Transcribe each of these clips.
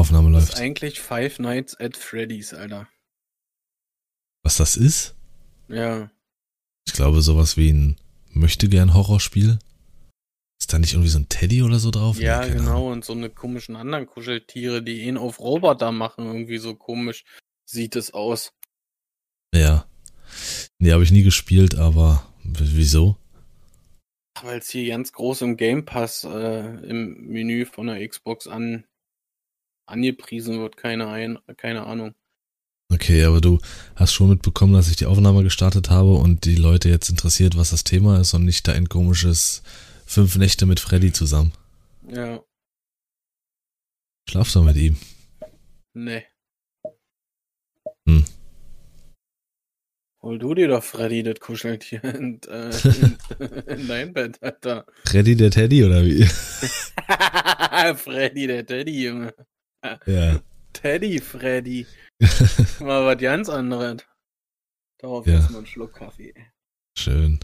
Aufnahme Das läuft. ist eigentlich Five Nights at Freddy's, Alter. Was das ist? Ja. Ich glaube, sowas wie ein Möchtegern-Horrorspiel. Ist da nicht irgendwie so ein Teddy oder so drauf? Ja, keine genau. Ahnung. Und so eine komischen anderen Kuscheltiere, die ihn auf Roboter machen. Irgendwie so komisch sieht es aus. Ja. Nee, habe ich nie gespielt, aber wieso? Weil es hier ganz groß im Game Pass im Menü von der Xbox angepriesen wird. Keine Ahnung. Okay, aber du hast schon mitbekommen, dass ich die Aufnahme gestartet habe und die Leute jetzt interessiert, was das Thema ist und nicht dein komisches 5 Nächte mit Freddy zusammen. Ja, Schlaf doch mit ihm. ne. Hm. Hol du dir doch Freddy, das Kuscheltier, in dein Bett, Alter. Freddy der Teddy oder wie? Freddy, der Teddy, Junge. Ja. Teddy Freddy. Mal was ganz anderes. Darauf Ja. erstmal einen Schluck Kaffee. Schön.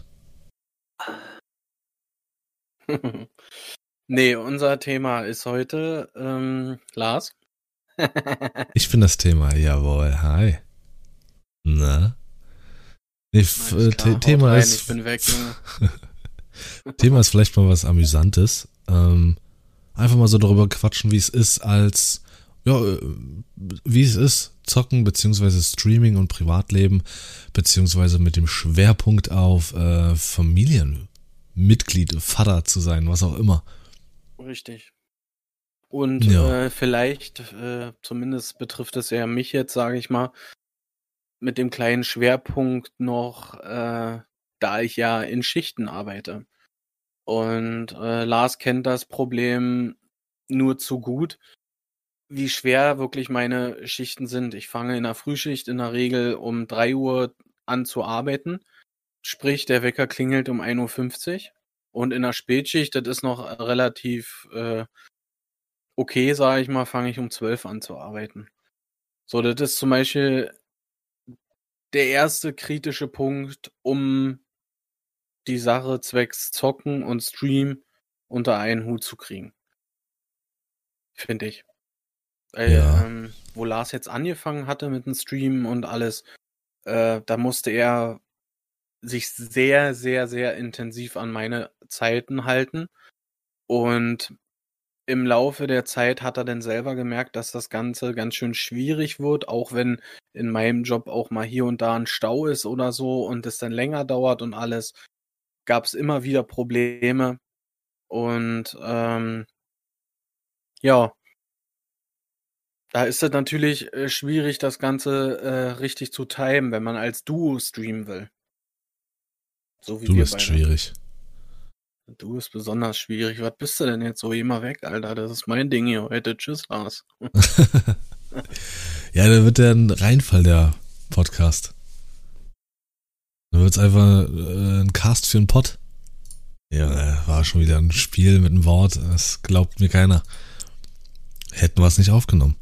Nee, unser Thema ist heute Lars. Ich bin das Thema, jawohl. Hi. Na? Nee, Alles klar, haut Thema rein, ist. ich bin weg, Junge. Thema ist vielleicht mal was Amüsantes. Einfach mal so darüber quatschen, wie es ist wie es ist, zocken, beziehungsweise Streaming und Privatleben, beziehungsweise mit dem Schwerpunkt auf Familienmitglied, Vater zu sein, was auch immer. Richtig. Und Ja. vielleicht, zumindest betrifft es ja mich jetzt, sage ich mal, mit dem kleinen Schwerpunkt noch, da ich ja in Schichten arbeite. Und Lars kennt das Problem nur zu gut, wie schwer wirklich meine Schichten sind. Ich fange in der Frühschicht in der Regel um 3 Uhr an zu arbeiten. Sprich, der Wecker klingelt um 1:50 Uhr. Und in der Spätschicht, das ist noch relativ okay, sage ich mal, fange ich um 12 Uhr an zu arbeiten. So, das ist zum Beispiel der erste kritische Punkt, um die Sache zwecks Zocken und Stream unter einen Hut zu kriegen. Finde ich. Weil, Ja. wo Lars jetzt angefangen hatte mit dem Stream und alles, da musste er sich sehr, sehr, sehr intensiv an meine Zeiten halten. Und im Laufe der Zeit hat er dann selber gemerkt, dass das Ganze ganz schön schwierig wird, auch wenn in meinem Job auch mal hier und da ein Stau ist oder so und es dann länger dauert und alles, gab es immer wieder Probleme. Und ja, da ist es natürlich schwierig, das Ganze richtig zu timen, wenn man als Duo streamen will. So wie Du wir bist beide. schwierig. Du bist besonders schwierig. Was bist du denn jetzt so? Geh mal weg, Alter. Das ist mein Ding hier heute. Tschüss, Lars. Ja, da wird ein Reinfall, der Podcast. Da wird's einfach ein Cast für einen Pod. Ja, war schon wieder ein Spiel mit einem Wort. Das glaubt mir keiner. Hätten wir es nicht aufgenommen.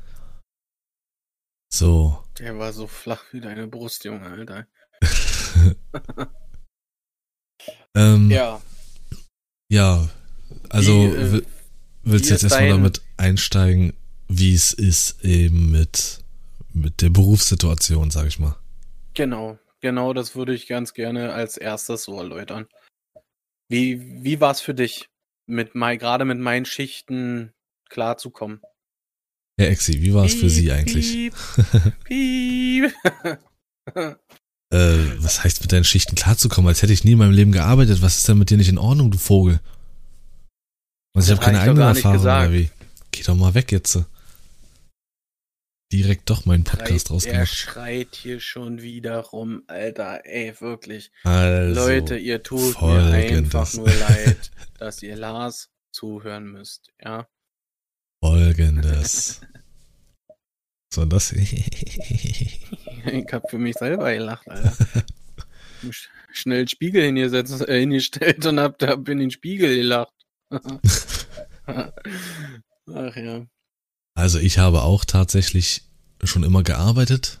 So. Der war so flach wie deine Brust, Junge, Alter. Ja. Ja, also willst wie du jetzt ist erstmal dein- damit einsteigen, wie es ist eben mit der Berufssituation, sag ich mal. Genau, das würde ich ganz gerne als erstes so erläutern. Wie war es für dich, gerade mit meinen Schichten klarzukommen? Ja, Exi, wie war es für Sie eigentlich? Piep. Was heißt mit deinen Schichten klarzukommen? Als hätte ich nie in meinem Leben gearbeitet. Was ist denn mit dir nicht in Ordnung, du Vogel? Also ich habe keine hab ich doch eigene gar nicht Erfahrung, gesagt. oder wie? Geh doch mal weg jetzt. Direkt doch meinen Podcast Er rausgemacht. schreit hier schon wieder rum, Alter, ey, wirklich. Also, Leute, ihr tut mir einfach Folgendes. nur leid, dass ihr Lars zuhören müsst, ja. Folgendes. So, das. Ich hab für mich selber gelacht, Alter. Schnell einen Spiegel hingestellt und hab in den Spiegel gelacht. Ach ja. Also ich habe auch tatsächlich schon immer gearbeitet.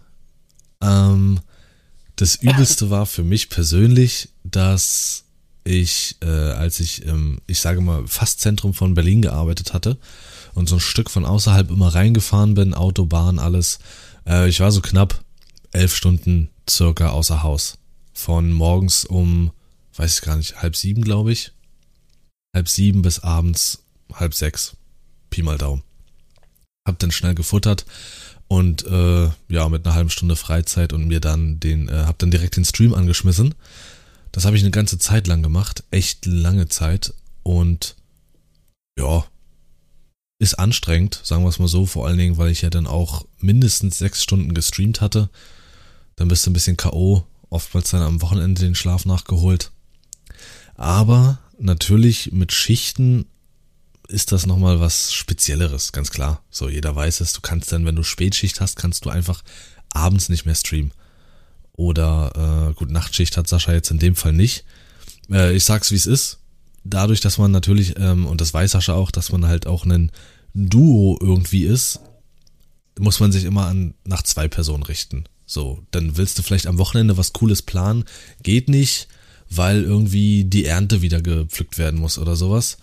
Das Übelste war für mich persönlich, dass ich, als ich, ich sage mal, fast Zentrum von Berlin gearbeitet hatte und so ein Stück von außerhalb immer reingefahren bin, Autobahn, alles. Ich war so knapp 11 Stunden circa außer Haus. Von morgens um, weiß ich gar nicht, 6:30, glaube ich. 6:30 bis abends 5:30. Pi mal Daumen. Hab dann schnell gefuttert und mit einer halben Stunde Freizeit und mir dann hab dann direkt den Stream angeschmissen. Das habe ich eine ganze Zeit lang gemacht, echt lange Zeit und ja, ist anstrengend, sagen wir es mal so, vor allen Dingen, weil ich ja dann auch mindestens 6 Stunden gestreamt hatte. Dann bist du ein bisschen K.O., oftmals dann am Wochenende den Schlaf nachgeholt. Aber natürlich mit Schichten ist das nochmal was Spezielleres, ganz klar. So, jeder weiß es, du kannst dann, wenn du Spätschicht hast, kannst du einfach abends nicht mehr streamen. Oder, Nachtschicht hat Sascha jetzt in dem Fall nicht. Ich sag's wie es ist. Dadurch, dass man natürlich, und das weiß Sascha auch, dass man halt auch ein Duo irgendwie ist, muss man sich immer nach 2 Personen richten. So, dann willst du vielleicht am Wochenende was Cooles planen, geht nicht, weil irgendwie die Ernte wieder gepflückt werden muss oder sowas.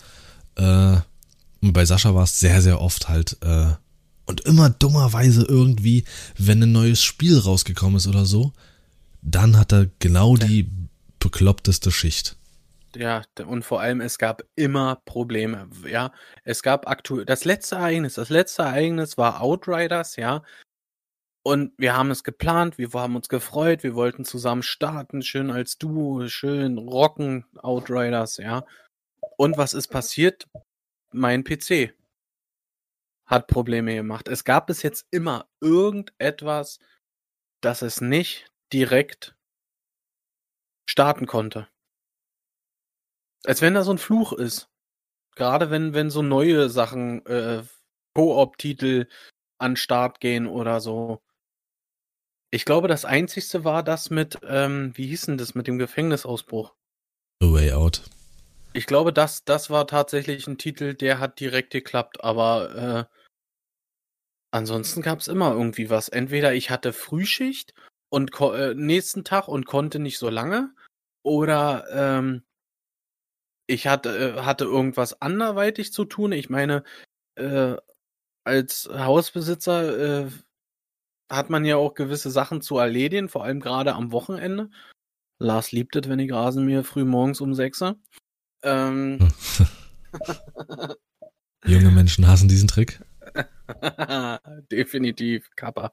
Und bei Sascha war es sehr, sehr oft halt, und immer dummerweise irgendwie, wenn ein neues Spiel rausgekommen ist oder so, dann hat er genau die bekloppteste Schicht. Ja, und vor allem, es gab immer Probleme, ja. Es gab das letzte Ereignis war Outriders, ja. Und wir haben es geplant, wir haben uns gefreut, wir wollten zusammen starten, schön als Duo, schön rocken, Outriders, ja. Und was ist passiert? Mein PC hat Probleme gemacht. Es gab bis jetzt immer irgendetwas, dass es nicht direkt starten konnte. Als wenn da so ein Fluch ist. Gerade wenn so neue Sachen, Koop-Titel an Start gehen oder so. Ich glaube, das Einzigste war das mit, wie hieß denn das mit dem Gefängnisausbruch? A Way Out. Ich glaube, das war tatsächlich ein Titel, der hat direkt geklappt, aber ansonsten gab es immer irgendwie was. Entweder ich hatte Frühschicht und nächsten Tag und konnte nicht so lange, oder ich hatte irgendwas anderweitig zu tun. Ich meine, als Hausbesitzer hat man ja auch gewisse Sachen zu erledigen, vor allem gerade am Wochenende. Lars liebt es, wenn ich Rasenmähe früh morgens um 6 Uhr. Junge Menschen hassen diesen Trick. Definitiv, Kappa.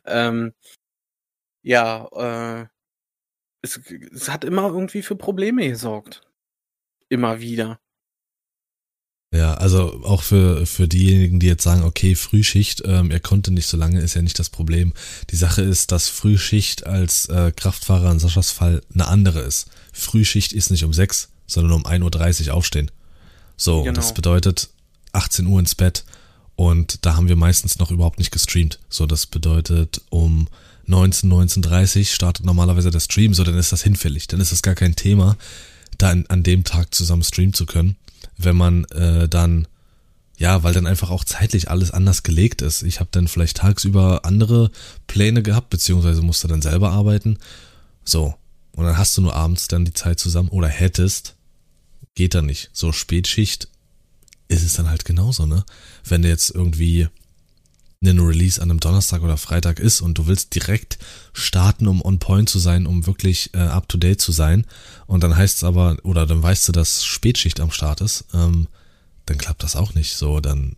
Es hat immer irgendwie für Probleme gesorgt. Immer wieder. Ja, also auch für diejenigen, die jetzt sagen, okay, Frühschicht, er konnte nicht so lange, ist ja nicht das Problem. Die Sache ist, dass Frühschicht als Kraftfahrer in Saschas Fall eine andere ist. Frühschicht ist nicht um 6, sondern um 1:30 Uhr aufstehen. So, genau. Das bedeutet 18 Uhr ins Bett und da haben wir meistens noch überhaupt nicht gestreamt. So, das bedeutet um 19:30 Uhr startet normalerweise der Stream, so dann ist das hinfällig, dann ist das gar kein Thema, da an dem Tag zusammen streamen zu können. Wenn man weil dann einfach auch zeitlich alles anders gelegt ist. Ich habe dann vielleicht tagsüber andere Pläne gehabt, beziehungsweise musste dann selber arbeiten. So, und dann hast du nur abends dann die Zeit zusammen oder hättest, geht dann nicht. So Spätschicht ist es dann halt genauso, ne? Wenn du jetzt irgendwie ein Release an einem Donnerstag oder Freitag ist und du willst direkt starten, um on point zu sein, um wirklich up to date zu sein und dann heißt es aber, oder dann weißt du, dass Spätschicht am Start ist, dann klappt das auch nicht so, dann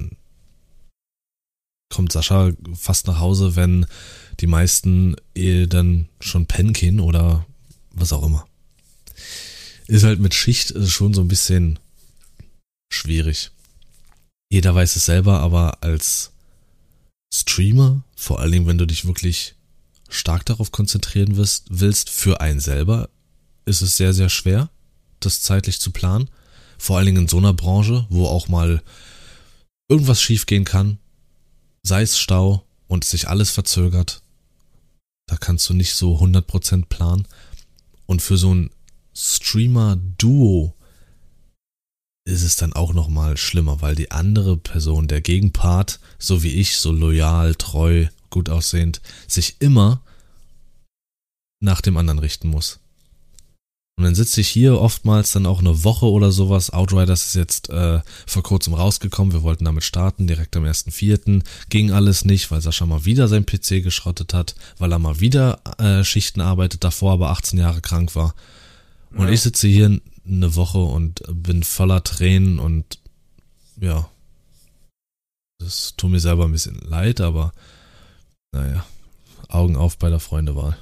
kommt Sascha fast nach Hause, wenn die meisten dann schon pennen gehen oder was auch immer. Ist halt mit Schicht schon so ein bisschen schwierig. Jeder weiß es selber, aber als Streamer, vor allen Dingen, wenn du dich wirklich stark darauf konzentrieren willst, für einen selber, ist es sehr, sehr schwer, das zeitlich zu planen. Vor allen Dingen in so einer Branche, wo auch mal irgendwas schiefgehen kann, sei es Stau und sich alles verzögert. Da kannst du nicht so 100% planen. Und für so ein Streamer-Duo ist es dann auch nochmal schlimmer, weil die andere Person, der Gegenpart, so wie ich, so loyal, treu, gut aussehend, sich immer nach dem anderen richten muss. Und dann sitze ich hier oftmals dann auch eine Woche oder sowas. Outriders ist jetzt vor kurzem rausgekommen. Wir wollten damit starten, direkt am 1.4. Ging alles nicht, weil Sascha mal wieder sein PC geschrottet hat, weil er mal wieder Schichten arbeitet, davor aber 18 Jahre krank war. Und ich sitze hier eine Woche und bin voller Tränen und ja, das tut mir selber ein bisschen leid, aber naja, Augen auf bei der Freundewahl.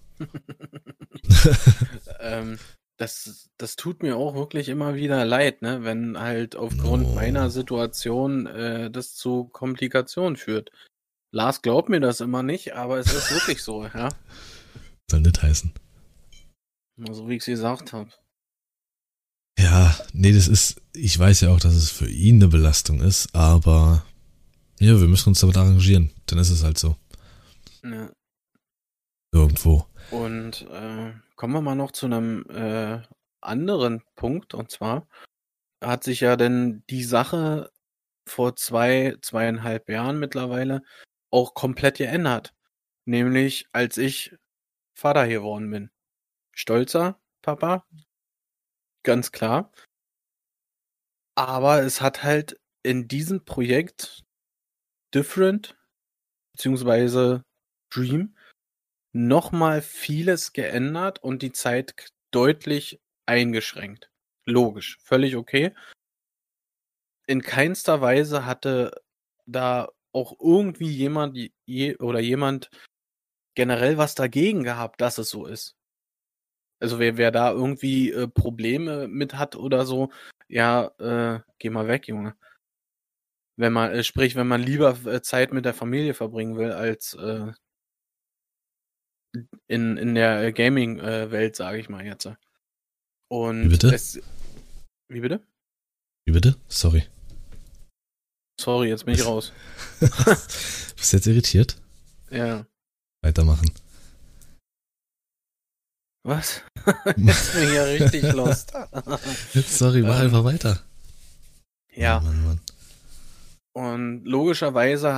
Das tut mir auch wirklich immer wieder leid, ne, wenn halt aufgrund meiner Situation das zu Komplikationen führt. Lars glaubt mir das immer nicht, aber es ist wirklich so, ja. Soll nicht heißen. So wie ich es gesagt habe. Ja, nee, ich weiß ja auch, dass es für ihn eine Belastung ist, aber ja, wir müssen uns damit arrangieren. Dann ist es halt so. Ja. Irgendwo. Und kommen wir mal noch zu einem anderen Punkt. Und zwar hat sich ja denn die Sache vor 2,5 Jahren mittlerweile auch komplett geändert. Nämlich, als ich Vater geworden bin. Stolzer Papa, ganz klar. Aber es hat halt in diesem Projekt Different, beziehungsweise Dream, nochmal vieles geändert und die Zeit deutlich eingeschränkt. Logisch, völlig okay. In keinster Weise hatte da auch irgendwie jemand generell was dagegen gehabt, dass es so ist. Also wer da irgendwie Probleme mit hat oder so, ja, geh mal weg, Junge. Wenn man lieber Zeit mit der Familie verbringen will, als in der Gaming-Welt, sage ich mal jetzt. Und Wie bitte? Wie bitte? Wie bitte? Sorry, jetzt bin ich raus. Bist du jetzt irritiert? Ja. Weitermachen. Was? Jetzt bin ich ja richtig lost. Sorry, mach einfach weiter. Ja. Mann. Und logischerweise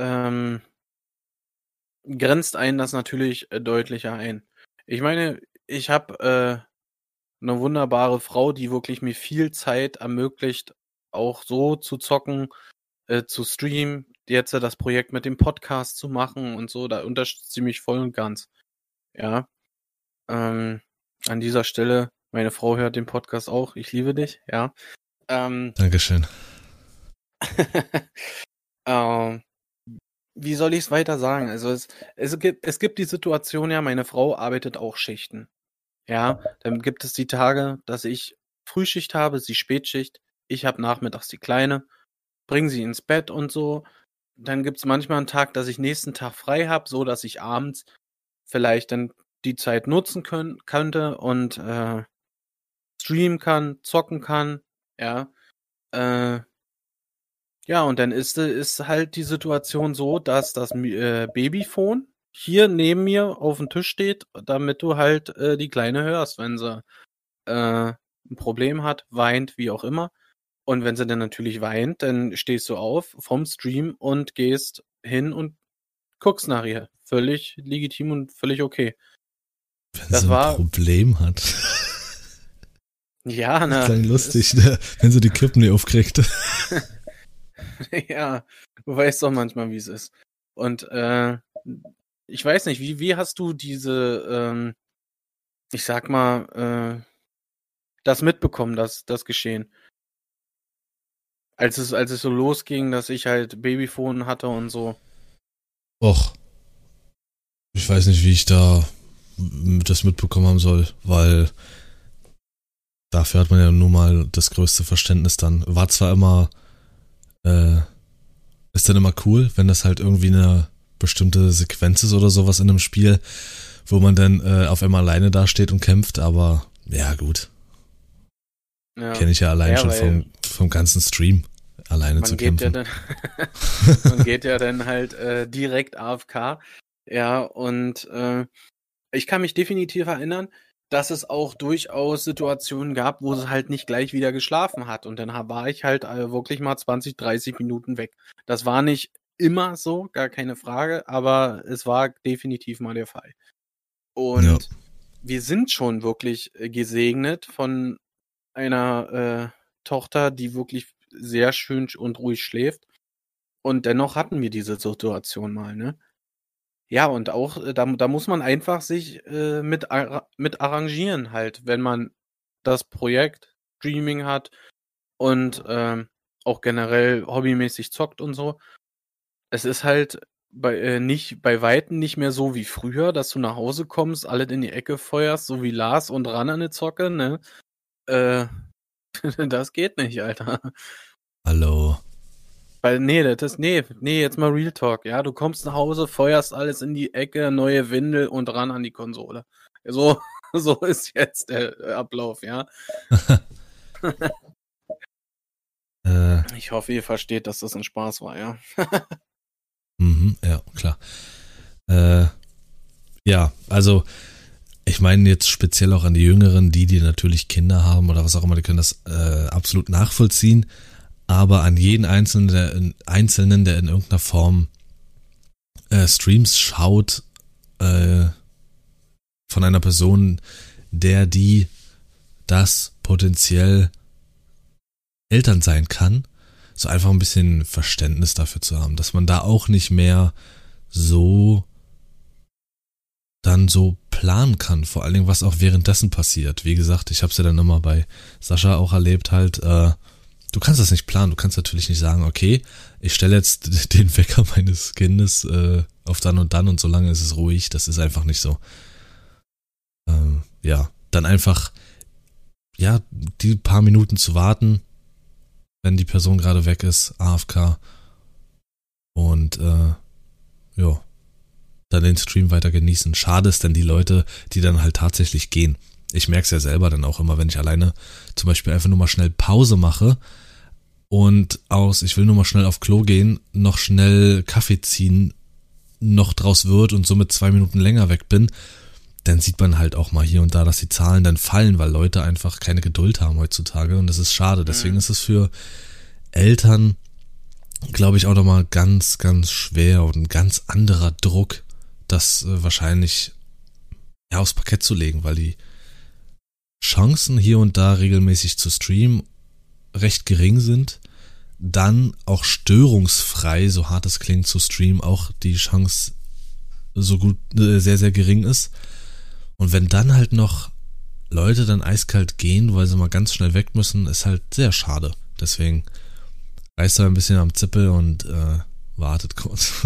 grenzt einen das natürlich deutlicher ein. Ich meine, ich habe eine wunderbare Frau, die wirklich mir viel Zeit ermöglicht, auch so zu zocken, zu streamen, jetzt das Projekt mit dem Podcast zu machen und so, da unterstützt sie mich voll und ganz. Ja. An dieser Stelle, meine Frau hört den Podcast auch, ich liebe dich, ja. Dankeschön. Wie soll ich es weiter sagen? Also es gibt die Situation, ja, meine Frau arbeitet auch Schichten. Ja, dann gibt es die Tage, dass ich Frühschicht habe, sie Spätschicht, ich habe nachmittags die Kleine, bringe sie ins Bett und so. Dann gibt es manchmal einen Tag, dass ich nächsten Tag frei habe, so dass ich abends vielleicht dann die Zeit nutzen könnte und streamen kann, zocken kann, ja. Ja, und dann ist halt die Situation so, dass das Babyphone hier neben mir auf dem Tisch steht, damit du halt die Kleine hörst, wenn sie ein Problem hat, weint, wie auch immer. Und wenn sie dann natürlich weint, dann stehst du auf vom Stream und gehst hin und guckst nach ihr. Völlig legitim und völlig okay. Wenn sie ein Problem hat. Ja, ne. Das klang lustig, ne? Wenn sie die Kippen nicht aufkriegt. Ja, du weißt doch manchmal, wie es ist. Und ich weiß nicht, wie hast du diese, ich sag mal, das mitbekommen, das Geschehen? Als es so losging, dass ich halt Babyphone hatte und so. Och. Ich weiß nicht, wie ich da das mitbekommen haben soll, weil dafür hat man ja nun mal das größte Verständnis dann. War zwar immer, ist dann immer cool, wenn das halt irgendwie eine bestimmte Sequenz ist oder sowas in einem Spiel, wo man dann auf einmal alleine dasteht und kämpft, aber ja, gut. Ja. Kenne ich ja allein schon vom ganzen Stream, alleine zu kämpfen. Man geht ja dann halt direkt AFK. Ja, und ich kann mich definitiv erinnern, dass es auch durchaus Situationen gab, wo sie halt nicht gleich wieder geschlafen hat. Und dann war ich halt wirklich mal 20, 30 Minuten weg. Das war nicht immer so, gar keine Frage, aber es war definitiv mal der Fall. Und wir sind schon wirklich gesegnet von einer Tochter, die wirklich sehr schön und ruhig schläft. Und dennoch hatten wir diese Situation mal, ne? Ja, und auch, da muss man einfach sich mit arrangieren halt, wenn man das Projekt Streaming hat und auch generell hobbymäßig zockt und so. Es ist halt bei Weitem nicht mehr so wie früher, dass du nach Hause kommst, alle in die Ecke feuerst, so wie Lars und ran an die Zocke, ne? Äh, das geht nicht, Alter. Hallo. Weil, nee, jetzt mal Real Talk, ja. Du kommst nach Hause, feuerst alles in die Ecke, neue Windel und ran an die Konsole. So, so ist jetzt der Ablauf, ja. Ich hoffe, ihr versteht, dass das ein Spaß war, ja. Ja, klar. Ja, also ich meine jetzt speziell auch an die Jüngeren, die natürlich Kinder haben oder was auch immer, die können das absolut nachvollziehen. Aber an jeden Einzelnen, der in irgendeiner Form Streams schaut von einer Person, die das potenziell Eltern sein kann, so einfach ein bisschen Verständnis dafür zu haben, dass man da auch nicht mehr so dann so planen kann, vor allen Dingen, was auch währenddessen passiert. Wie gesagt, ich habe es ja dann immer bei Sascha auch erlebt halt, du kannst das nicht planen, du kannst natürlich nicht sagen, okay, ich stelle jetzt den Wecker meines Kindes auf dann und solange ist es ruhig, das ist einfach nicht so. Ja, dann einfach, ja, die paar Minuten zu warten, wenn die Person gerade weg ist, AFK und ja, dann den Stream weiter genießen. Schade ist denn die Leute, die dann halt tatsächlich gehen. Ich merke es ja selber dann auch immer, wenn ich alleine zum Beispiel einfach nur mal schnell Pause mache und ich will nur mal schnell auf Klo gehen, noch schnell Kaffee ziehen, noch draus wird und somit 2 Minuten länger weg bin, dann sieht man halt auch mal hier und da, dass die Zahlen dann fallen, weil Leute einfach keine Geduld haben heutzutage und das ist schade. Deswegen ist es für Eltern, glaube ich, auch nochmal ganz, ganz schwer und ein ganz anderer Druck, das wahrscheinlich ja, aufs Parkett zu legen, weil die Chancen hier und da regelmäßig zu streamen recht gering sind. Dann auch störungsfrei, so hart es klingt, zu streamen, auch die Chance so gut, sehr, sehr gering ist. Und wenn dann halt noch Leute dann eiskalt gehen, weil sie mal ganz schnell weg müssen, ist halt sehr schade. Deswegen reißt er ein bisschen am Zippel und wartet kurz.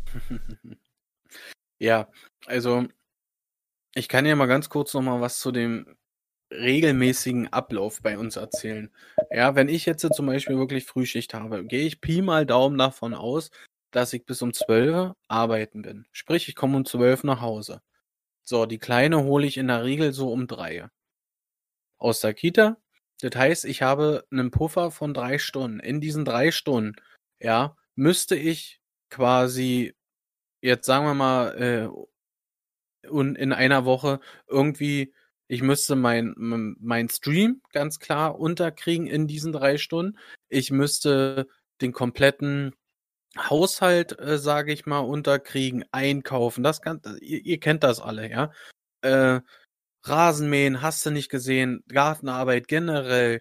Ja, also ich kann ja mal ganz kurz noch mal was zu dem regelmäßigen Ablauf bei uns erzählen. Ja, wenn ich jetzt zum Beispiel wirklich Frühschicht habe, gehe ich Pi mal Daumen davon aus, dass ich bis um 12 arbeiten bin. Sprich, ich komme um 12 nach Hause. So, die Kleine hole ich in der Regel so um 3 aus der Kita. Das heißt, ich habe einen Puffer von 3 Stunden. In diesen 3 Stunden, ja, müsste ich quasi, jetzt sagen wir mal, und in einer Woche irgendwie, ich müsste mein Stream ganz klar unterkriegen in diesen 3 Stunden. Ich müsste den kompletten Haushalt, sage ich mal, unterkriegen, einkaufen. Ihr kennt das alle, ja. Rasenmähen, hast du nicht gesehen, Gartenarbeit generell,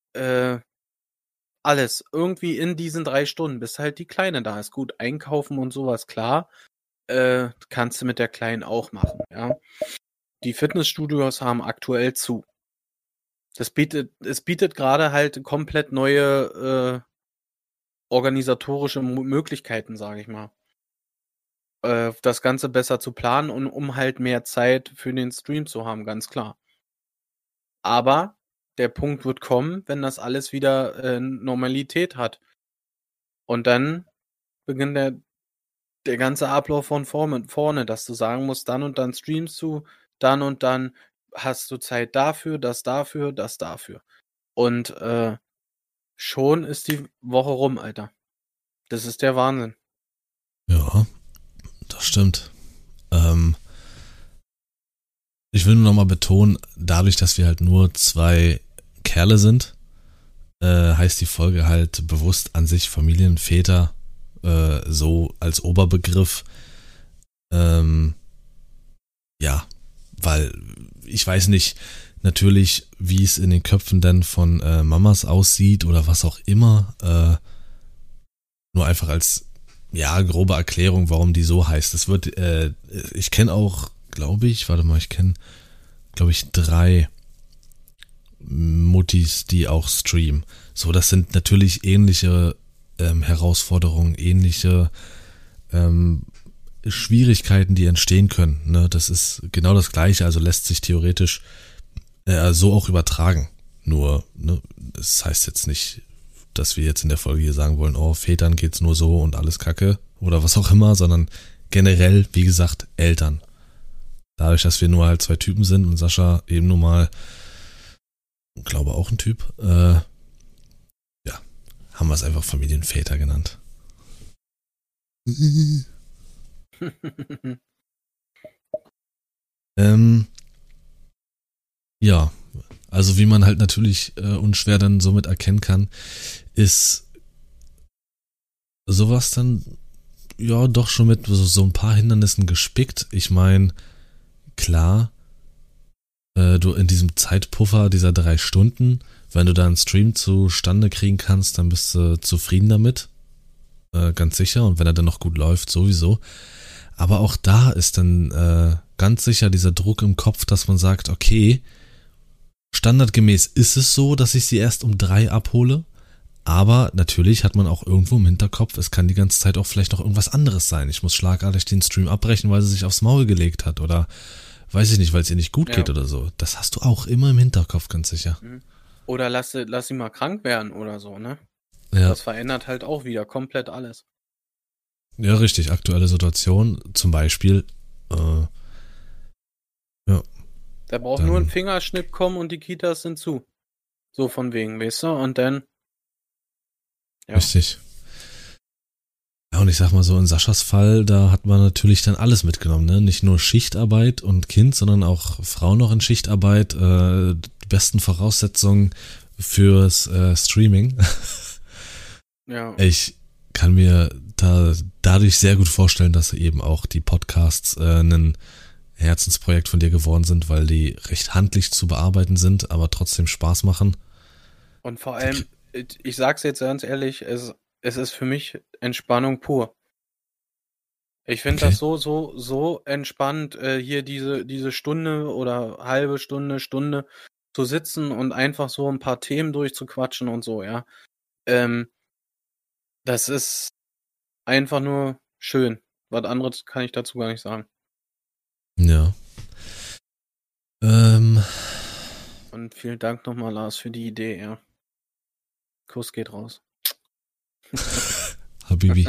alles irgendwie in diesen 3 Stunden, bis halt die Kleine da ist. Gut, einkaufen und sowas, klar, kannst du mit der Kleinen auch machen, ja. Die Fitnessstudios haben aktuell zu. Es bietet gerade halt komplett neue organisatorische Möglichkeiten, sage ich mal. Das Ganze besser zu planen und um halt mehr Zeit für den Stream zu haben, ganz klar. Aber der Punkt wird kommen, wenn das alles wieder Normalität hat. Und dann beginnt der ganze Ablauf von vorne, dass du sagen musst, dann und dann streamst du, dann und dann hast du Zeit dafür, das dafür, das dafür. Und schon ist die Woche rum, Alter. Das ist der Wahnsinn. Ja, das stimmt. Ich will nur nochmal betonen, dadurch, dass wir halt nur 2 Kerle sind, heißt die Folge halt bewusst an sich Familienväter, so als Oberbegriff. Ja, weil ich weiß nicht natürlich, wie es in den Köpfen dann von Mamas aussieht oder was auch immer. Nur einfach als grobe Erklärung, warum die so heißt. Es wird, ich kenne auch, glaube ich, ich kenne, glaube ich, 3 Muttis, die auch streamen. So, das sind natürlich ähnliche Herausforderungen, ähnliche Schwierigkeiten, die entstehen können. Ne? Das ist genau das Gleiche, also lässt sich theoretisch so auch übertragen. Nur, ne, das heißt jetzt nicht, dass wir jetzt in der Folge hier sagen wollen, oh, Vätern geht's nur so und alles Kacke oder was auch immer, sondern generell, wie gesagt, Eltern. Dadurch, dass wir nur halt 2 Typen sind und Sascha eben nur mal, glaube auch ein Typ, haben wir es einfach Familienväter genannt. Ja, also wie man halt natürlich unschwer dann somit erkennen kann, ist sowas dann ja doch schon mit so ein paar Hindernissen gespickt. Ich meine, klar, du in diesem Zeitpuffer dieser 3 Stunden, wenn du da einen Stream zustande kriegen kannst, dann bist du zufrieden damit. Ganz sicher. Und wenn er dann noch gut läuft, sowieso. Aber auch da ist dann ganz sicher dieser Druck im Kopf, dass man sagt, okay, standardgemäß ist es so, dass ich sie erst um 3 abhole. Aber natürlich hat man auch irgendwo im Hinterkopf, es kann die ganze Zeit auch vielleicht noch irgendwas anderes sein. Ich muss schlagartig den Stream abbrechen, weil sie sich aufs Maul gelegt hat oder weiß ich nicht, weil es ihr nicht gut geht oder so. Das hast du auch immer im Hinterkopf, ganz sicher. Oder lass sie mal krank werden oder so, ne? Ja. Das verändert halt auch wieder komplett alles. Ja, richtig. Aktuelle Situation, zum Beispiel, ja. Da braucht nur ein Fingerschnipp kommen und die Kitas sind zu. So von wegen, weißt du? Und dann. Ja. Richtig. Ja, und ich sag mal so, in Saschas Fall, da hat man natürlich dann alles mitgenommen, ne? Nicht nur Schichtarbeit und Kind, sondern auch Frau noch in Schichtarbeit, die besten Voraussetzungen fürs Streaming. Ja. Ich kann mir dadurch sehr gut vorstellen, dass eben auch die Podcasts ein Herzensprojekt von dir geworden sind, weil die recht handlich zu bearbeiten sind, aber trotzdem Spaß machen. Und vor allem, ich sag's jetzt ganz ehrlich, es ist für mich Entspannung pur. Ich finde das so entspannt, hier diese Stunde oder halbe Stunde zu sitzen und einfach so ein paar Themen durchzuquatschen und so, ja. Das ist einfach nur schön. Was anderes kann ich dazu gar nicht sagen. Ja. Und vielen Dank nochmal, Lars, für die Idee, ja. Kuss geht raus. Habibi.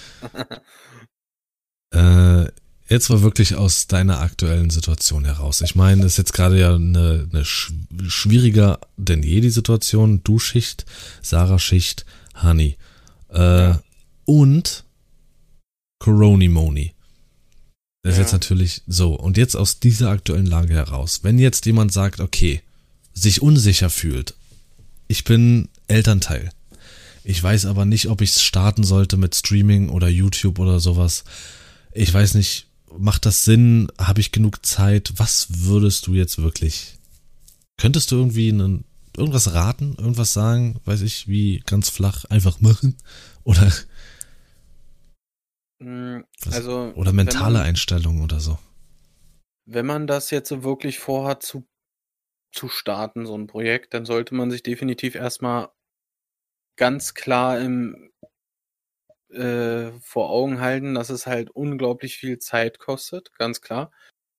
Jetzt mal wirklich aus deiner aktuellen Situation heraus. Ich meine, das ist jetzt gerade ja eine schwieriger denn je die Situation. Du Schicht, Sarah Schicht, Hani. Und Coronimoni. Das ist jetzt natürlich so. Und jetzt aus dieser aktuellen Lage heraus. Wenn jetzt jemand sagt, okay, sich unsicher fühlt, ich bin Elternteil. Ich weiß aber nicht, ob ich es starten sollte mit Streaming oder YouTube oder sowas. Ich weiß nicht, macht das Sinn? Habe ich genug Zeit? Was würdest du jetzt wirklich? Könntest du irgendwie irgendwas raten? Irgendwas sagen? Weiß ich, wie ganz flach einfach machen? Oder also oder mentale Einstellung oder so? Wenn man das jetzt so wirklich vorhat zu starten, so ein Projekt, dann sollte man sich definitiv erstmal ganz klar vor Augen halten, dass es halt unglaublich viel Zeit kostet, ganz klar.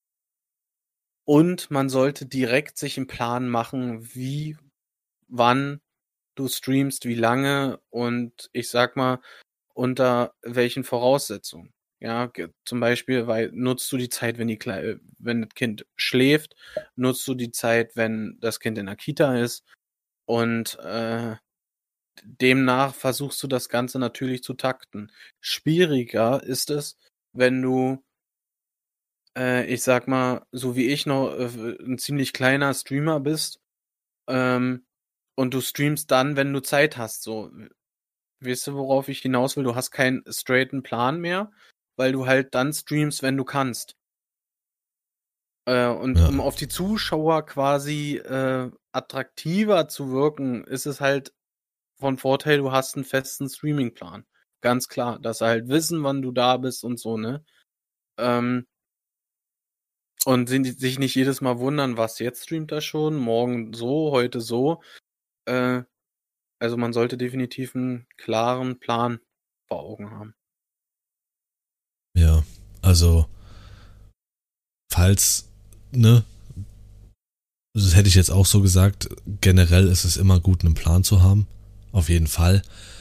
Und man sollte direkt sich einen Plan machen, wie, wann du streamst, wie lange und ich sag mal, unter welchen Voraussetzungen. Ja, zum Beispiel, weil nutzt du die Zeit, wenn das Kind schläft, nutzt du die Zeit, wenn das Kind in der Kita ist und demnach versuchst du das Ganze natürlich zu takten. Schwieriger ist es, wenn du, ich sag mal, so wie ich noch ein ziemlich kleiner Streamer bist und du streamst dann, wenn du Zeit hast. So, weißt du, worauf ich hinaus will? Du hast keinen straighten Plan mehr, weil du halt dann streamst, wenn du kannst. Und Ja. um auf die Zuschauer quasi attraktiver zu wirken, ist es halt von Vorteil, du hast einen festen Streamingplan. Ganz klar, dass sie halt wissen, wann du da bist und so, ne? Und sich nicht jedes Mal wundern, was jetzt streamt er schon, morgen so, heute so. Also man sollte definitiv einen klaren Plan vor Augen haben. Ja, also falls, ne, das hätte ich jetzt auch so gesagt, generell ist es immer gut, einen Plan zu haben, auf jeden Fall.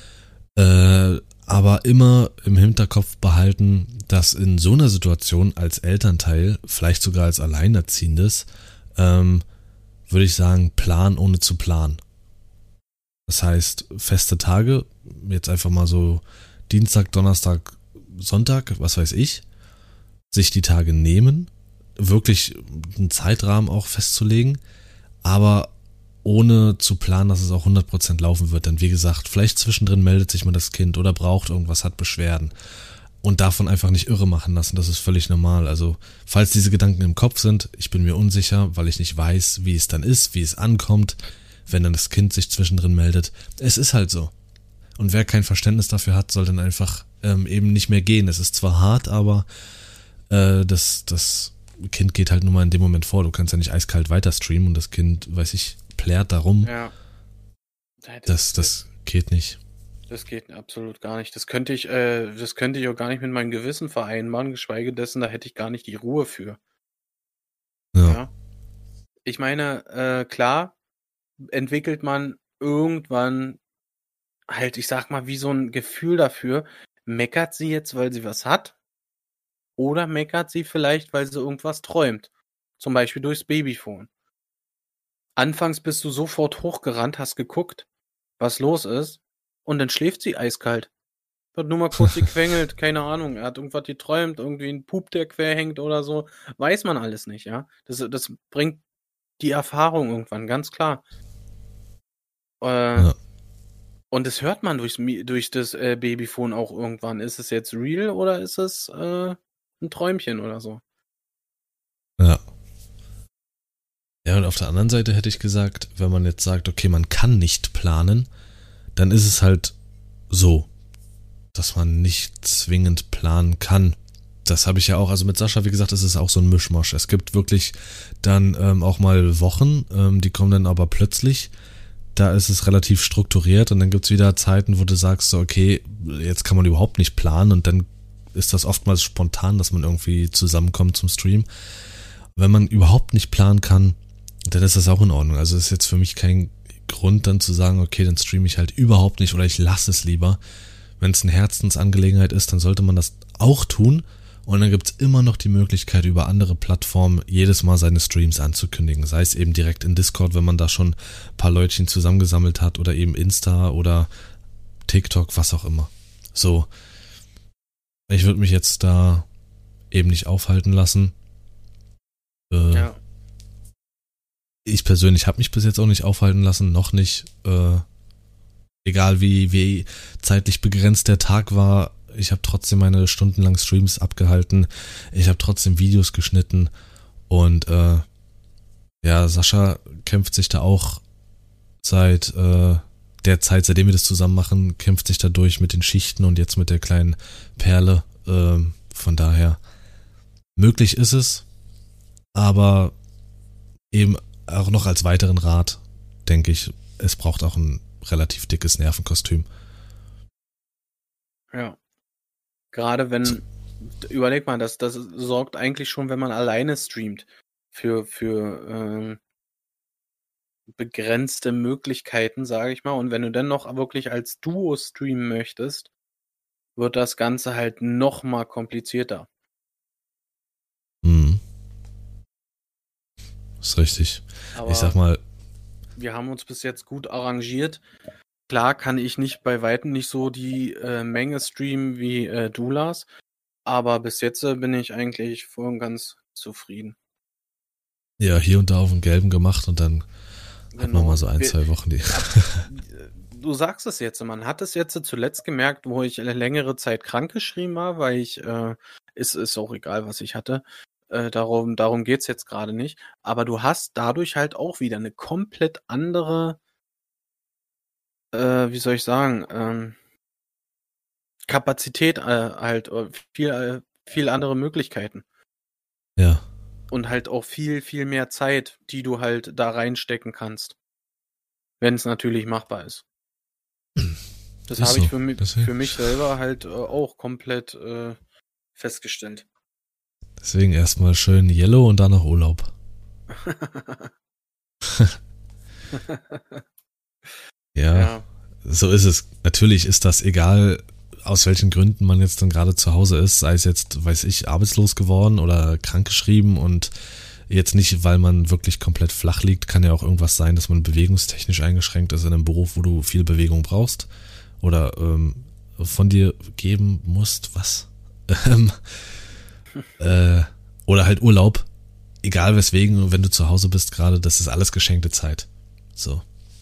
Aber immer im Hinterkopf behalten, dass in so einer Situation als Elternteil, vielleicht sogar als Alleinerziehendes, würde ich sagen, Plan ohne zu planen. Das heißt, feste Tage, jetzt einfach mal so Dienstag, Donnerstag, Sonntag, was weiß ich, sich die Tage nehmen, wirklich einen Zeitrahmen auch festzulegen, aber ohne zu planen, dass es auch 100% laufen wird. Denn wie gesagt, vielleicht zwischendrin meldet sich mal das Kind oder braucht irgendwas, hat Beschwerden. Und davon einfach nicht irre machen lassen, das ist völlig normal. Also, falls diese Gedanken im Kopf sind, ich bin mir unsicher, weil ich nicht weiß, wie es dann ist, wie es ankommt, wenn dann das Kind sich zwischendrin meldet. Es ist halt so. Und wer kein Verständnis dafür hat, soll dann einfach eben nicht mehr gehen. Es ist zwar hart, aber das Kind geht halt nur mal in dem Moment vor. Du kannst ja nicht eiskalt weiter streamen und das Kind, weiß ich, plärt darum. Ja. Das geht nicht. Das geht absolut gar nicht. Das könnte ich auch gar nicht mit meinem Gewissen vereinbaren, geschweige dessen, da hätte ich gar nicht die Ruhe für. Ja. Ich meine, klar, entwickelt man irgendwann halt, ich sag mal, wie so ein Gefühl dafür, meckert sie jetzt, weil sie was hat? Oder meckert sie vielleicht, weil sie irgendwas träumt? Zum Beispiel durchs Babyphone. Anfangs bist du sofort hochgerannt, hast geguckt, was los ist, und dann schläft sie eiskalt. Wird nur mal kurz gequengelt, keine Ahnung, er hat irgendwas geträumt, irgendwie ein Pup, der quer hängt oder so. Weiß man alles nicht, ja. Das bringt die Erfahrung irgendwann, ganz klar. Ja. Und das hört man durch das Babyphone auch irgendwann. Ist es jetzt real oder ist es ein Träumchen oder so? Ja. Ja, und auf der anderen Seite hätte ich gesagt, wenn man jetzt sagt, okay, man kann nicht planen, dann ist es halt so, dass man nicht zwingend planen kann. Das habe ich ja auch, also mit Sascha, wie gesagt, ist es auch so ein Mischmasch. Es gibt wirklich dann auch mal Wochen, die kommen dann aber plötzlich. Da ist es relativ strukturiert und dann gibt's wieder Zeiten, wo du sagst, so, okay, jetzt kann man überhaupt nicht planen und dann ist das oftmals spontan, dass man irgendwie zusammenkommt zum Stream. Wenn man überhaupt nicht planen kann, dann ist das auch in Ordnung. Also ist jetzt für mich kein Grund dann zu sagen, okay, dann streame ich halt überhaupt nicht oder ich lasse es lieber. Wenn es eine Herzensangelegenheit ist, dann sollte man das auch tun. Und dann gibt's immer noch die Möglichkeit, über andere Plattformen jedes Mal seine Streams anzukündigen. Sei es eben direkt in Discord, wenn man da schon ein paar Leutchen zusammengesammelt hat oder eben Insta oder TikTok, was auch immer. So, ich würde mich jetzt da eben nicht aufhalten lassen. Ja. Ich persönlich habe mich bis jetzt auch nicht aufhalten lassen, noch nicht. Egal wie zeitlich begrenzt der Tag war, ich habe trotzdem meine stundenlangen Streams abgehalten. Ich habe trotzdem Videos geschnitten und ja, Sascha kämpft sich da auch seit der Zeit, seitdem wir das zusammen machen, kämpft sich da durch mit den Schichten und jetzt mit der kleinen Perle. Von daher, möglich ist es, aber eben auch noch als weiteren Rat, denke ich, es braucht auch ein relativ dickes Nervenkostüm. Ja. Gerade wenn, überleg mal, das sorgt eigentlich schon, wenn man alleine streamt, für begrenzte Möglichkeiten, sage ich mal. Und wenn du dann noch wirklich als Duo streamen möchtest, wird das Ganze halt noch mal komplizierter. Hm. Ist richtig. Aber Ich sag mal, wir haben uns bis jetzt gut arrangiert. Klar kann ich nicht bei weitem nicht so die Menge streamen wie du, Lars, aber bis jetzt bin ich eigentlich voll und ganz zufrieden. ja, hier und da auf den Gelben gemacht und dann hat man mal so ein, 2 Wochen die. Du sagst es jetzt, man hat es jetzt zuletzt gemerkt, wo ich eine längere Zeit krankgeschrieben war, weil ich, ist auch egal, was ich hatte, Darum geht's jetzt gerade nicht. Aber du hast dadurch halt auch wieder eine komplett andere, wie soll ich sagen, Kapazität halt, viel andere Möglichkeiten. Ja. Und halt auch viel, viel mehr Zeit, die du halt da reinstecken kannst. Wenn es natürlich machbar ist. Das Ist habe ich so. für mich selber halt auch komplett festgestellt. Deswegen erstmal schön Yellow und danach Urlaub. Ja, so ist es. Natürlich ist das egal, aus welchen Gründen man jetzt dann gerade zu Hause ist, sei es jetzt, weiß ich, arbeitslos geworden oder krankgeschrieben und jetzt nicht, weil man wirklich komplett flach liegt, kann ja auch irgendwas sein, dass man bewegungstechnisch eingeschränkt ist in einem Beruf, wo du viel Bewegung brauchst oder von dir geben musst, was? Oder halt Urlaub, egal weswegen, wenn du zu Hause bist gerade, das ist alles geschenkte Zeit. So.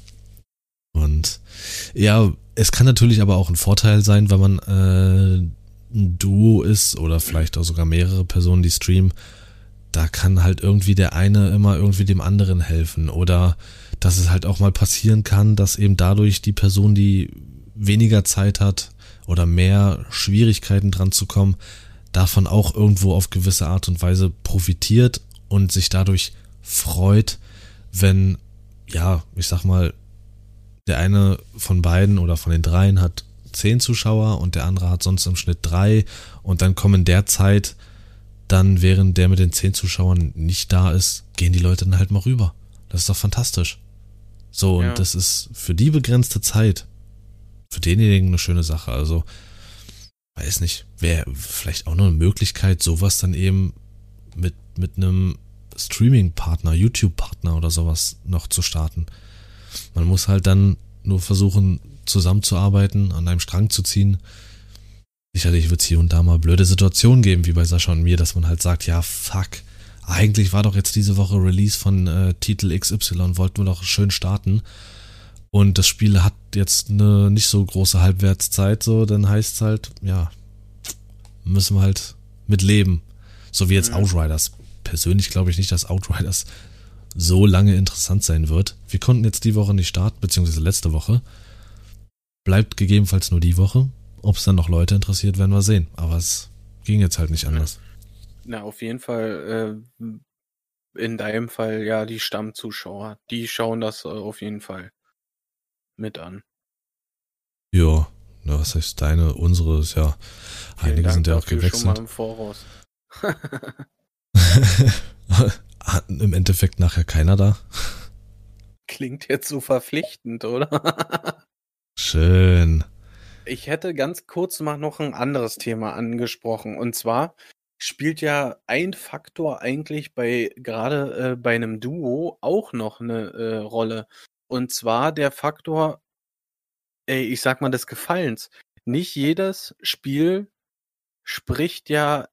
Und ja, es kann natürlich aber auch ein Vorteil sein, wenn man ein Duo ist oder vielleicht auch sogar mehrere Personen, die streamen. Da kann halt irgendwie der eine immer irgendwie dem anderen helfen. Oder dass es halt auch mal passieren kann, dass eben dadurch die Person, die weniger Zeit hat oder mehr Schwierigkeiten dran zu kommen, davon auch irgendwo auf gewisse Art und Weise profitiert und sich dadurch freut, wenn, ja, ich sag mal, der eine von beiden oder von den dreien hat 10 Zuschauer und der andere hat sonst im Schnitt 3 und dann kommen in der Zeit dann, während der mit den 10 Zuschauern nicht da ist, gehen die Leute dann halt mal rüber. Das ist doch fantastisch. So, und das ist für die begrenzte Zeit für denjenigen eine schöne Sache. Also, weiß nicht, wäre vielleicht auch noch eine Möglichkeit, sowas dann eben mit einem Streaming-Partner, YouTube-Partner oder sowas noch zu starten. Man muss halt dann nur versuchen, zusammenzuarbeiten, an einem Strang zu ziehen. Sicherlich wird es hier und da mal blöde Situationen geben, wie bei Sascha und mir, dass man halt sagt, ja, fuck, eigentlich war doch jetzt diese Woche Release von Titel XY, wollten wir doch schön starten. Und das Spiel hat jetzt eine nicht so große Halbwertszeit, so, dann heißt es halt, ja, müssen wir halt mit leben. So wie jetzt Outriders. Persönlich glaube ich nicht, dass Outriders so lange interessant sein wird. Wir konnten jetzt die Woche nicht starten, beziehungsweise letzte Woche. Bleibt gegebenenfalls nur die Woche. Ob es dann noch Leute interessiert, werden wir sehen. Aber es ging jetzt halt nicht anders. Na, auf jeden Fall, in deinem Fall, ja, die Stammzuschauer, die schauen das auf jeden Fall mit an. Ja, was heißt deine, unsere ist ja, einige sind ja auch gewechselt. Schon mal im Voraus. Im Endeffekt nachher keiner da. Klingt jetzt so verpflichtend, oder? Schön. Ich hätte ganz kurz mal noch ein anderes Thema angesprochen. Und zwar spielt ja ein Faktor eigentlich gerade bei einem Duo auch noch eine Rolle. Und zwar der Faktor, ich sag mal, des Gefallens. Nicht jedes Spiel spricht ja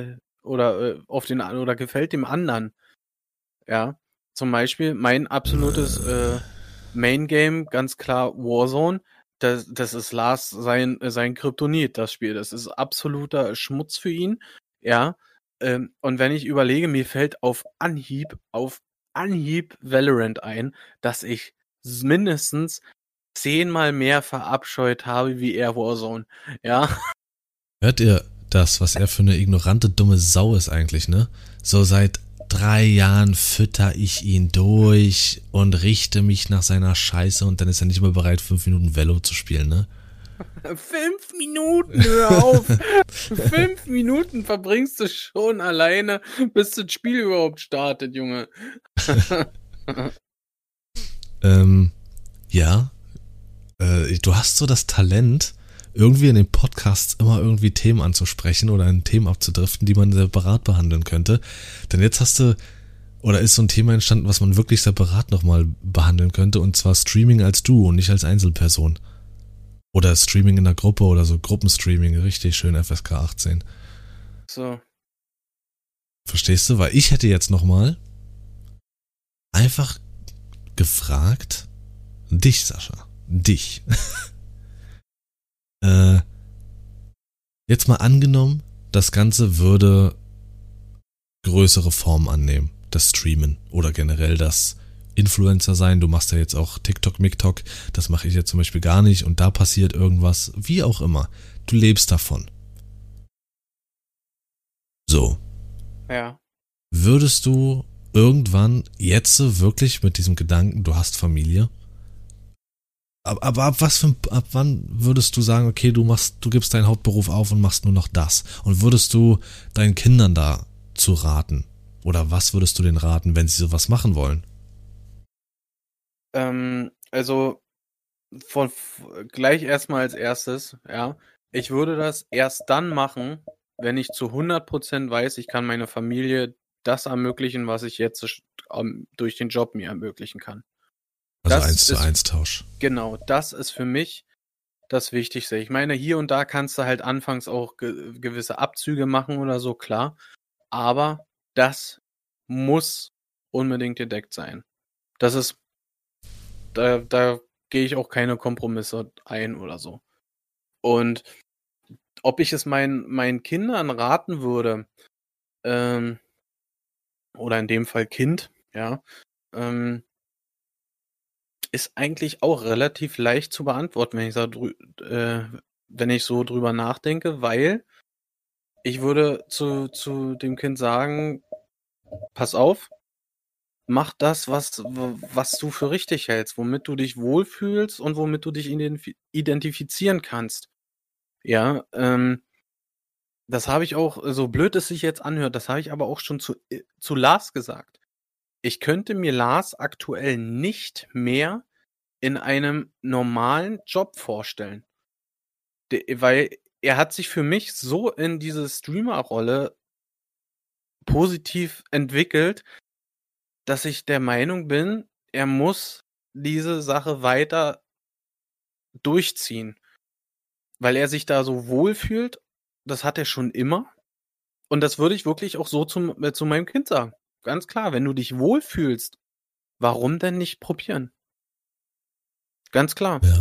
oder gefällt dem anderen. Ja, zum Beispiel mein absolutes Main Game, ganz klar Warzone. Das ist Lars sein Kryptonit, das Spiel. Das ist absoluter Schmutz für ihn. Ja. Und wenn ich überlege, mir fällt auf Anhieb Valorant ein, dass ich mindestens 10-mal mehr verabscheut habe wie er Warzone. Ja. Hört ihr das, was er für eine ignorante, dumme Sau ist eigentlich, ne? So seit 3 Jahren fütter ich ihn durch und richte mich nach seiner Scheiße und dann ist er nicht mehr bereit, 5 Minuten Velo zu spielen, ne? 5 Minuten, hör auf! 5 Minuten verbringst du schon alleine, bis das Spiel überhaupt startet, Junge. Ja. Du hast so das Talent, irgendwie in den Podcasts immer irgendwie Themen anzusprechen oder in Themen abzudriften, die man separat behandeln könnte. Denn jetzt ist so ein Thema entstanden, was man wirklich separat nochmal behandeln könnte, und zwar Streaming als Duo und nicht als Einzelperson. Oder Streaming in der Gruppe oder so Gruppenstreaming, richtig schön FSK 18. So. Verstehst du? Weil ich hätte jetzt nochmal einfach gefragt, dich, Sascha, dich. Jetzt mal angenommen, das Ganze würde größere Form annehmen. Das Streamen oder generell das Influencer sein. Du machst ja jetzt auch TikTok, MikTok. Das mache ich jetzt zum Beispiel gar nicht und da passiert irgendwas. Wie auch immer. Du lebst davon. So. Ja. Würdest du irgendwann jetzt wirklich mit diesem Gedanken, du hast Familie, aber ab wann würdest du sagen, okay, du gibst deinen Hauptberuf auf und machst nur noch das? Und würdest du deinen Kindern da zu raten? Oder was würdest du denen raten, wenn sie sowas machen wollen? Also gleich erstmal als erstes, ja. Ich würde das erst dann machen, wenn ich zu 100% weiß, ich kann meiner Familie das ermöglichen, was ich jetzt durch den Job mir ermöglichen kann. Also Das 1:1 Tausch. Genau, das ist für mich das Wichtigste. Ich meine, hier und da kannst du halt anfangs auch gewisse Abzüge machen oder so, klar. Aber das muss unbedingt gedeckt sein. Das ist, da gehe ich auch keine Kompromisse ein oder so. Und ob ich es meinen Kindern raten würde, oder in dem Fall Kind, ja, ist eigentlich auch relativ leicht zu beantworten, wenn ich so drüber nachdenke, weil ich würde zu dem Kind sagen, pass auf, mach das, was du für richtig hältst, womit du dich wohlfühlst und womit du dich identifizieren kannst. Ja, das habe ich auch, so blöd es sich jetzt anhört, das habe ich aber auch schon zu Lars gesagt. Ich könnte mir Lars aktuell nicht mehr in einem normalen Job vorstellen. Weil er hat sich für mich so in diese Streamer-Rolle positiv entwickelt, dass ich der Meinung bin, er muss diese Sache weiter durchziehen. Weil er sich da so wohlfühlt, das hat er schon immer. Und das würde ich wirklich auch so zu meinem Kind sagen. Ganz klar, wenn du dich wohlfühlst, warum denn nicht probieren? Ganz klar. Ja.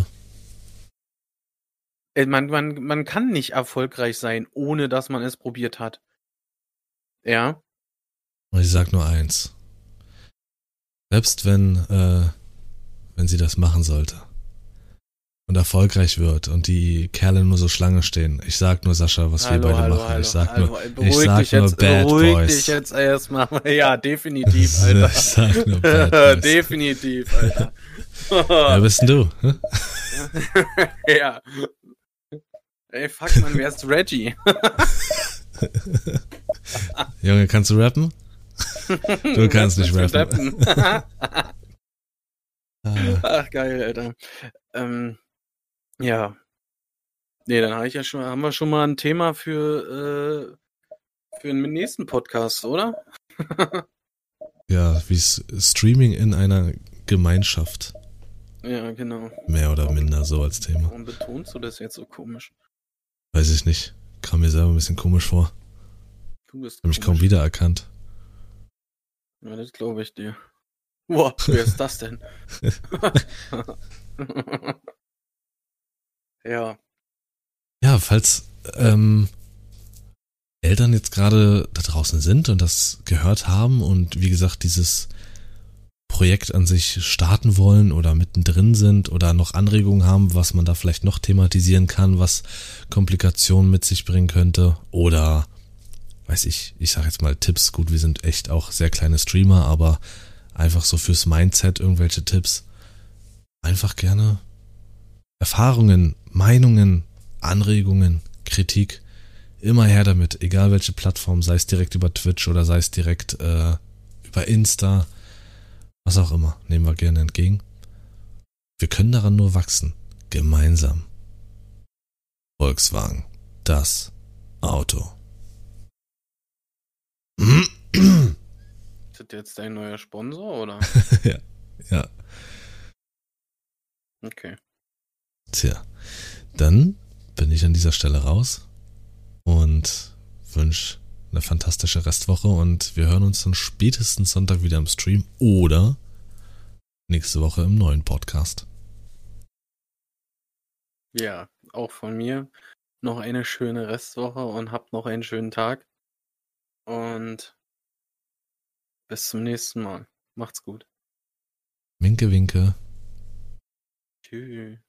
Man kann nicht erfolgreich sein, ohne dass man es probiert hat. Ja. Und ich sag nur eins. Selbst wenn sie das machen sollte und erfolgreich wird und die Kerle nur so Schlange stehen, ich sag nur, Sascha, was wir beide machen. Ich sag nur Bad beruhig Boys. dich jetzt erstmal. Ja, definitiv, Alter. Ich sag nur Bad Boys. Definitiv, Alter. Wer bist denn du? Hm? Ja. Ey, fuck, man, wer ist Reggie? Junge, kannst du rappen? Du kannst nicht rappen. Ach, geil, Alter. Ja. Nee, dann haben wir schon mal ein Thema für den nächsten Podcast, oder? Ja, wie Streaming in einer Gemeinschaft. Ja, genau. Mehr oder minder so als Thema. Warum betonst du das jetzt so komisch? Weiß ich nicht. Kam mir selber ein bisschen komisch vor. Du bist Ich habe mich kaum wiedererkannt. Ja, das glaube ich dir. Boah, wer ist das denn? Ja. Ja, falls Eltern jetzt gerade da draußen sind und das gehört haben und wie gesagt dieses Projekt an sich starten wollen oder mittendrin sind oder noch Anregungen haben, was man da vielleicht noch thematisieren kann, was Komplikationen mit sich bringen könnte oder weiß ich sag jetzt mal Tipps, gut, wir sind echt auch sehr kleine Streamer, aber einfach so fürs Mindset irgendwelche Tipps. Einfach gerne Erfahrungen, Meinungen, Anregungen, Kritik, immer her damit, egal welche Plattform, sei es direkt über Twitch oder sei es direkt über Insta, was auch immer, nehmen wir gerne entgegen. Wir können daran nur wachsen, gemeinsam. Volkswagen, das Auto. Ist das jetzt dein neuer Sponsor, oder? Ja. Okay. Tja, dann bin ich an dieser Stelle raus und wünsche eine fantastische Restwoche und wir hören uns dann spätestens Sonntag wieder im Stream oder nächste Woche im neuen Podcast. Ja, auch von mir noch eine schöne Restwoche und habt noch einen schönen Tag. Und Bis zum nächsten Mal. Macht's gut. Winke, winke. Tschüss.